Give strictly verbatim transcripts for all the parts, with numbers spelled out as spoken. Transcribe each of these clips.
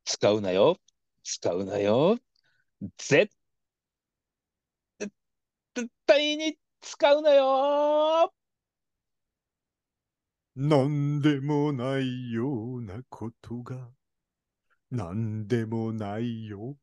使うなよ。使うなよ。絶対に使うなよ。 なんでもないようなことが、なんでもないよ。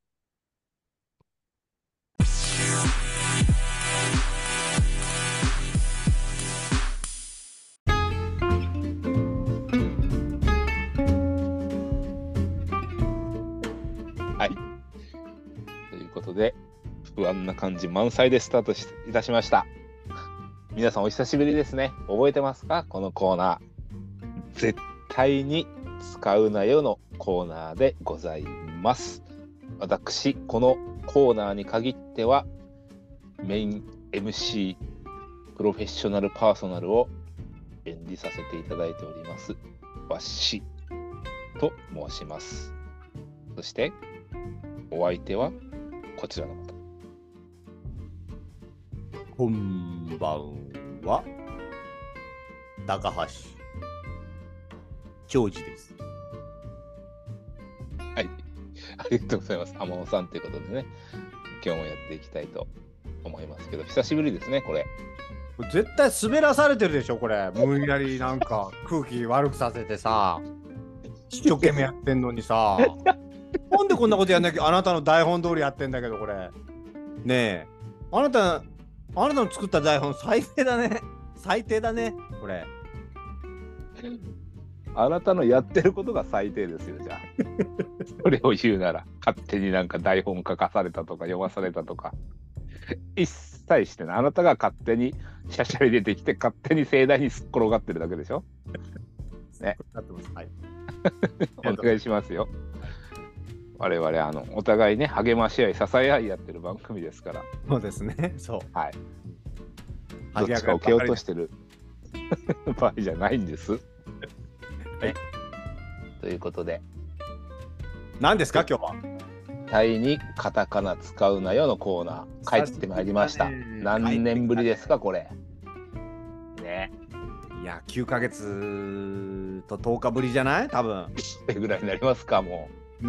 はい。ということで、不安な感じ満載でスタートしいたしました。皆さんお久しぶりですね。覚えてますか？このコーナー。絶対に使うなよのコーナーでございます。私、このコーナーに限っては、メイン エムシー、プロフェッショナルパーソナルを演じさせていただいております。わしと申します。そして、お相手はこちらの方。 こんばんは。高橋ジョージです。 はい。ありがとうございます。天野さんということでね、今日もやっていきたいと思いますけど、久しぶりですね、これ。 絶対滑らされてるでしょ、これ。無理やりなんか空気悪くさせてさ、一生懸命やってんのにさ、なんでこんなことやんなきゃ、あなたの台本通りやってんだけど、これ。ねえ、あなた、あなたの作った台本最低だね。最低だね、これ。 あなたのやってることが最低ですよ、じゃあ。それを言うなら、勝手になんか台本書かされたとか読まされたとか、一切してない。あなたが勝手にしゃしゃり出てきて、勝手に盛大にすっ転がってるだけでしょ。ね。 はい、 お願いしますよ。我々、あの、お互いね、励まし合い、支え合いやってる番組ですから。 そうですね、そう。 はい。どっちかを蹴落としてる場合じゃないんです。ね。ということで。 何ですか、今日は。 タイにカタカナ使うなよのコーナー、帰ってまいりました。何年ぶりですか、これ。ね。 いや、きゅうかげつととおかぶりじゃない？多分。 それぐらいになりますか、もう。うん。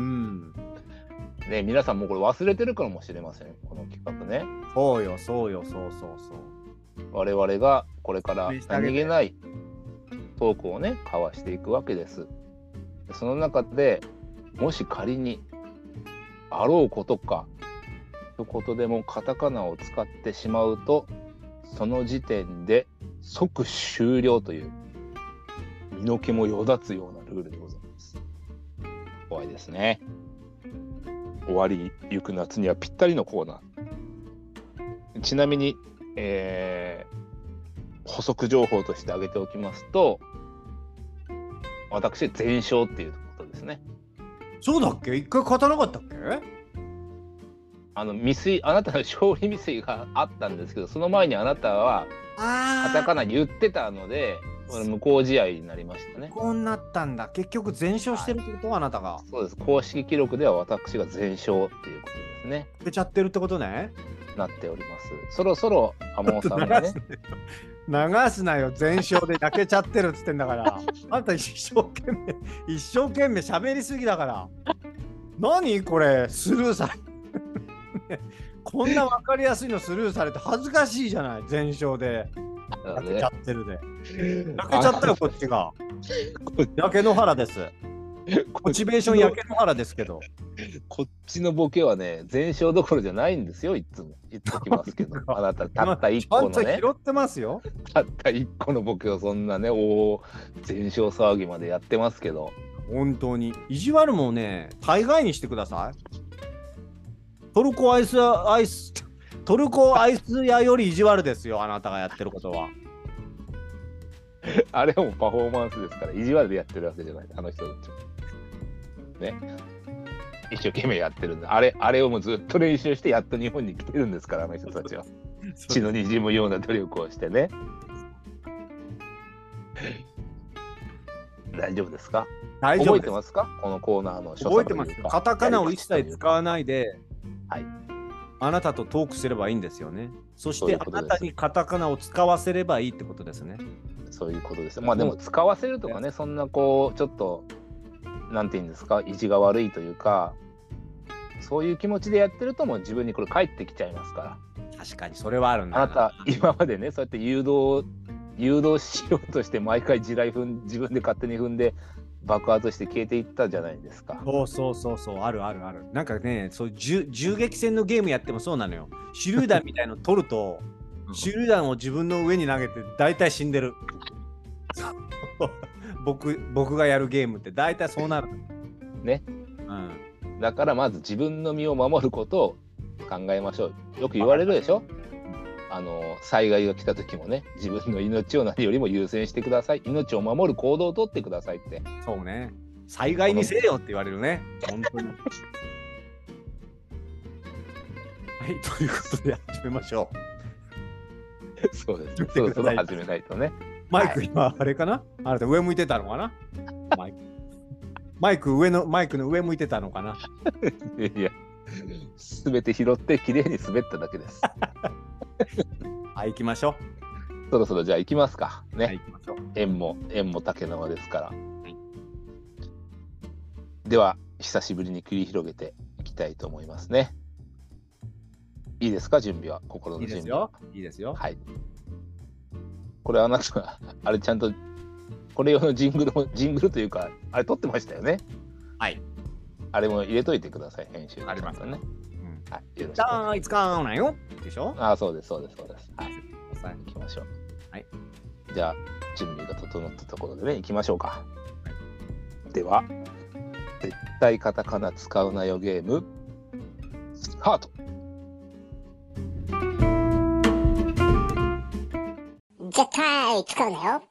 ね、皆さんもうこれ忘れてるかもしれません、この企画ね。 そうよ、そうよ、そうそうそう。 我々がこれから何気ないトークをね、交わしていくわけです。その中でもし仮にあろうことか一言でもカタカナを使ってしまうと、その時点で即終了という身の毛もよだつようなルールでございます。怖いですね。終わりゆく夏にはぴったりのコーナー。ちなみに、えー、補足情報として挙げておきますと、私全勝っていうことですね。 そうだっけ？一回勝たなかったっけ？ あの未遂、あなたの勝利未遂があったんですけど、その前にあなたはカタカナ言ってたので、無効試合になりましたね。 こうなったんだ。結局全勝してるってこと、はい、あなたが。 そうです。公式記録では私が全勝っていうことですね。 出ちゃってるってことね。 なっております。そろそろ天野さんがね。 流すなよ、全勝で泣けちゃってるっつってんだから。あんた一生懸命、一生懸命喋りすぎだから。何これ、スルーされこんな分かりやすいのスルーされて恥ずかしいじゃない、全勝で。泣けちゃってるで。泣けちゃったよ、こっちが。焼け野原です。モチベーション焼け野原ですけど。 こっちのボケはね、全勝どころじゃないんですよ、いつも。言っときますけど。あなた、たったいっこのね。 ちゃんと拾ってますよ。 たったいっこのボケをそんなね、お全勝騒ぎまでやってますけど。 本当に。意地悪もね、大概にしてください。トルコアイス、アイス、トルコアイス屋より意地悪ですよ、あなたがやってることは。 あれもパフォーマンスですから、意地悪でやってるわけじゃない、あの人たちも。ね。一生懸命やってるんで、あれ、あれをもうずっと練習して、やっと日本に来てるんですから、あの人たちは。血の滲むような努力をしてね。大丈夫ですか？大丈夫です。覚えてますか？このコーナーの所作というか。 覚えてます。カタカナを一切使わないで、 はい、 あなたとトークすればいいんですよね。そしてあなたにカタカナを使わせればいいってことですね。 そういうことです。まあでも使わせるとかね、そんなこうちょっとなんていうんですか、意地が悪いというか、そういう気持ちでやってるともう自分にこれ返ってきちゃいますから。 確かにそれはあるんだあなた今までねそうやって誘導誘導しようとして毎回地雷踏ん自分で勝手に踏んで爆発して消えていったじゃないですか。 そうそうそうそう、あるあるある。なんかね、そう銃銃撃戦のゲームやってもそうなのよ。手榴弾みたいの取ると、手榴弾を自分の上に投げて大体死んでる。僕僕がやるゲームって大体そうなる。 ね。うん。だからまず自分の身を守ることを考えましょう。よく言われるでしょ。あの災害が来た時もね、自分の命を何よりも優先してください。命を守る行動をとってくださいって。 そうね。災害にせよって言われるね。本当に。はい、ということで始めましょう。そうです。そろそろ始めないとね。 マイク今あれかな？あなた上向いてたのかな？マイク。マイク上のマイクの上向いてたのかな？ いや、すべて拾ってきれいに滑っただけです。 はい、行きましょう。そろそろじゃあ行きますかね。 はい、行きましょう。 縁も縁も竹縄ですから。はい、では久しぶりに繰り広げていきたいと思いますね。いいですか、準備は、心の準備は。 いいですよ。いいですよ。 はい。これあなたはあれちゃんとこれ用のジングルもジングルというかあれ撮ってましたよね。 はい。 あれも入れといてください、編集。 ありますね。 はい。よろしく。ああ、いつかないよ。でしょ。 ああ、そうです、そうです、そうです。はい。行きましょう。 はい。 じゃあ、準備が整ったところでね、行きましょうか。はい、では、絶対カタカナ使うなよゲーム、スタート。絶対使うなよ。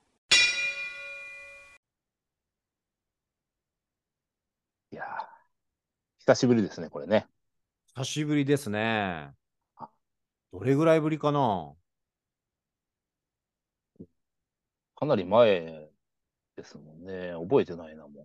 いやー、久しぶりですね、これね。 久しぶりですね。どれぐらいぶりかな？ かなり前ですもんね。覚えてないな、もう。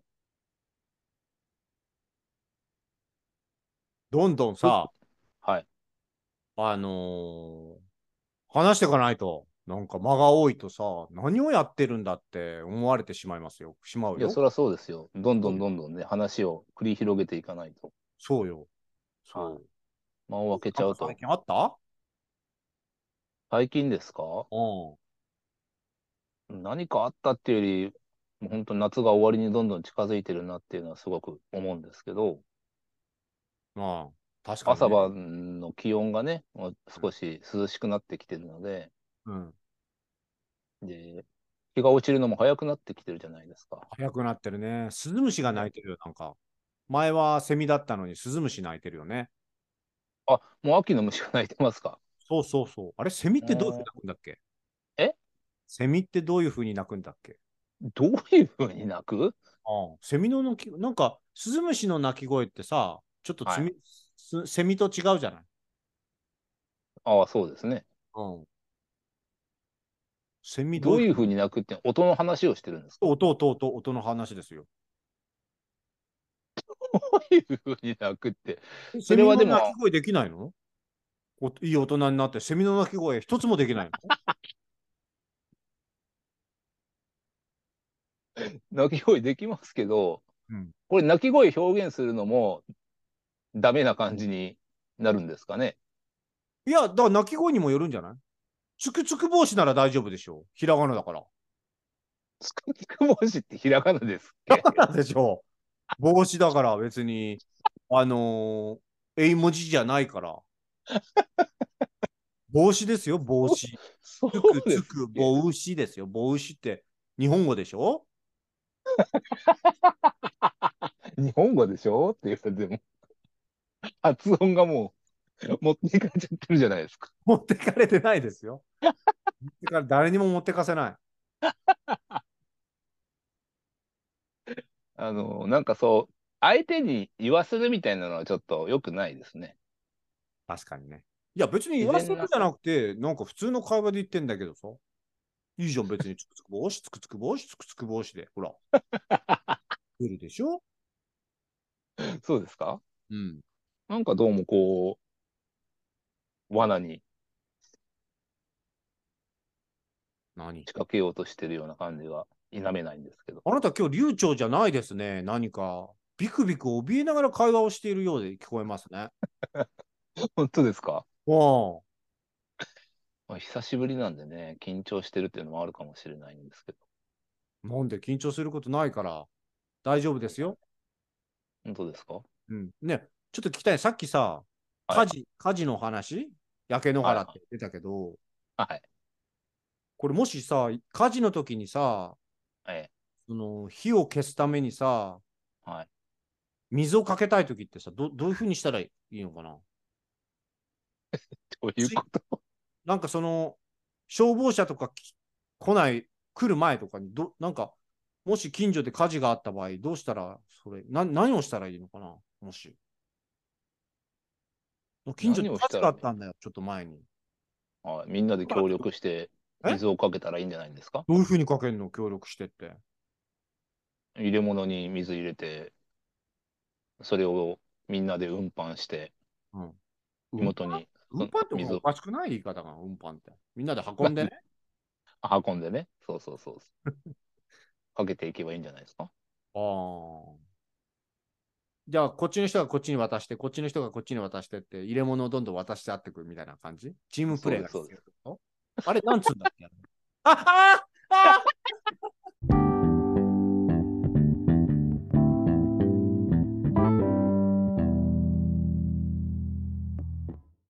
どんどんさ、 はい。 あのー、話していかないと、なんか間が多いとさ、何をやってるんだって思われてしまいますよ。しまうよ。 いや、そりゃそうですよ。どんどんどんどんね、話を繰り広げていかないと。 そうよ。そう。 はい、間を空けちゃうと。 最近あった？ 最近ですか？ うん。 何かあったっていうより、もう本当に夏が終わりにどんどん近づいてるなっていうのはすごく思うんですけど、 まあ、確かに、ね、 朝晩の気温がね、もう少し涼しくなってきてるので、 うん、 で、日が落ちるのも早くなってきてるじゃないですか。 早くなってるね。スズムシが鳴いてるよ、なんか。前はセミだったのにスズムシ鳴いてるよね。 あ、もう秋の虫が鳴いてますか？ そうそうそう。あれ、セミってどういうふうに鳴くんだっけ？ えセミってどういうふうに鳴くんだっけ？ どういうふうに鳴く？ ああ、セミの鳴き、なんか、スズムシの鳴き声ってさ、ちょっとつみ、 はい。 すセミと違うじゃない？ ああ、そうですね。 うん。セミどういうふうに、 どういうふうに鳴くって音の話をしてるんですか？ 音、音、音、音の話ですよ。 どういうふうに鳴くって。そセミれはでも、 の鳴き声できないの？おいい大人になってセミの鳴き声一つもできないの？ 鳴き声できますけど、 うん。 これ鳴き声表現するのもダメな感じになるんですかね。 いや、だから鳴き声にもよるんじゃない？つくつく帽子なら大丈夫でしょう。ひらがなだから。 つくつく帽子ってひらがなですっけ？ ひらがなでしょう。帽子だから別に、あのー、英文字じゃないから。帽子ですよ、帽子。 そつくうですっつくけ？ 帽子ですよ。帽子って日本語でしょ？ 日本語でしょって言われても、発音がもう持っていかれちゃってるじゃないですか。 持ってかれてないですよ。持ってか誰にも持ってかせない。 あの、なんかそう、相手に言わせるみたいなのはちょっと良くないですね。 確かにね。いや、別に言わせ自然な。 るじゃなくて、なんか普通の会話で言ってんだけどさ。いいじゃん、別につくつく帽子、つくつく帽子、つくつく帽子で。ほら。出るでしょ？ そうですか？ うん。 なんかどうもこう、罠に何？ 仕掛けようとしてるような感じが否めないんですけど。 あなた今日流暢じゃないですね。何か。ビクビク怯えながら会話をしているようで聞こえますね。 本当ですか？ おまあ、久しぶりなんでね、緊張してるっていうのもあるかもしれないんですけど。 なんで緊張することないから大丈夫ですよ。 本当ですか？ うん。ね、ちょっと聞きたい。さっきさ、 はい。 火事、火事の話、焼け野はい。 原って出たけど、 はい。 これもしさ、火事の時にさ、 はい。 その火を消すためにさ、 はい。 水をかけたい時ってさ、ど、どういうふうにしたらいいのかな？ どういうついこと？ なんかその、消防車とかき来ない、来る前とかにど、なんか、もし近所で火事があった場合、どうしたら、それ、な、何をしたらいいのかな？もし。近所で何を火事したらいい？ があったんだよ、ちょっと前に。 はい。みんなで協力してえ水をかけたらいいんじゃないんですか？ どういうふうにかけるの？協力してって。 入れ物に水入れて、それをみんなで運搬して、 うん。運搬火元にその運搬ってもうお水を、 かしくない？言い方が、運搬って。みんなで運んでね。 なんで運んでね、そうそうそう、かけていけばいいんじゃないですか？ ああ。じゃあ、こっちの人がこっちに渡して、こっちの人がこっちに渡してって、入れ物をどんどん渡してあってくるみたいな感じ？チームプレーがそうです、そうです。 必要ってこと？あれ、なんつうんだっけ？ああ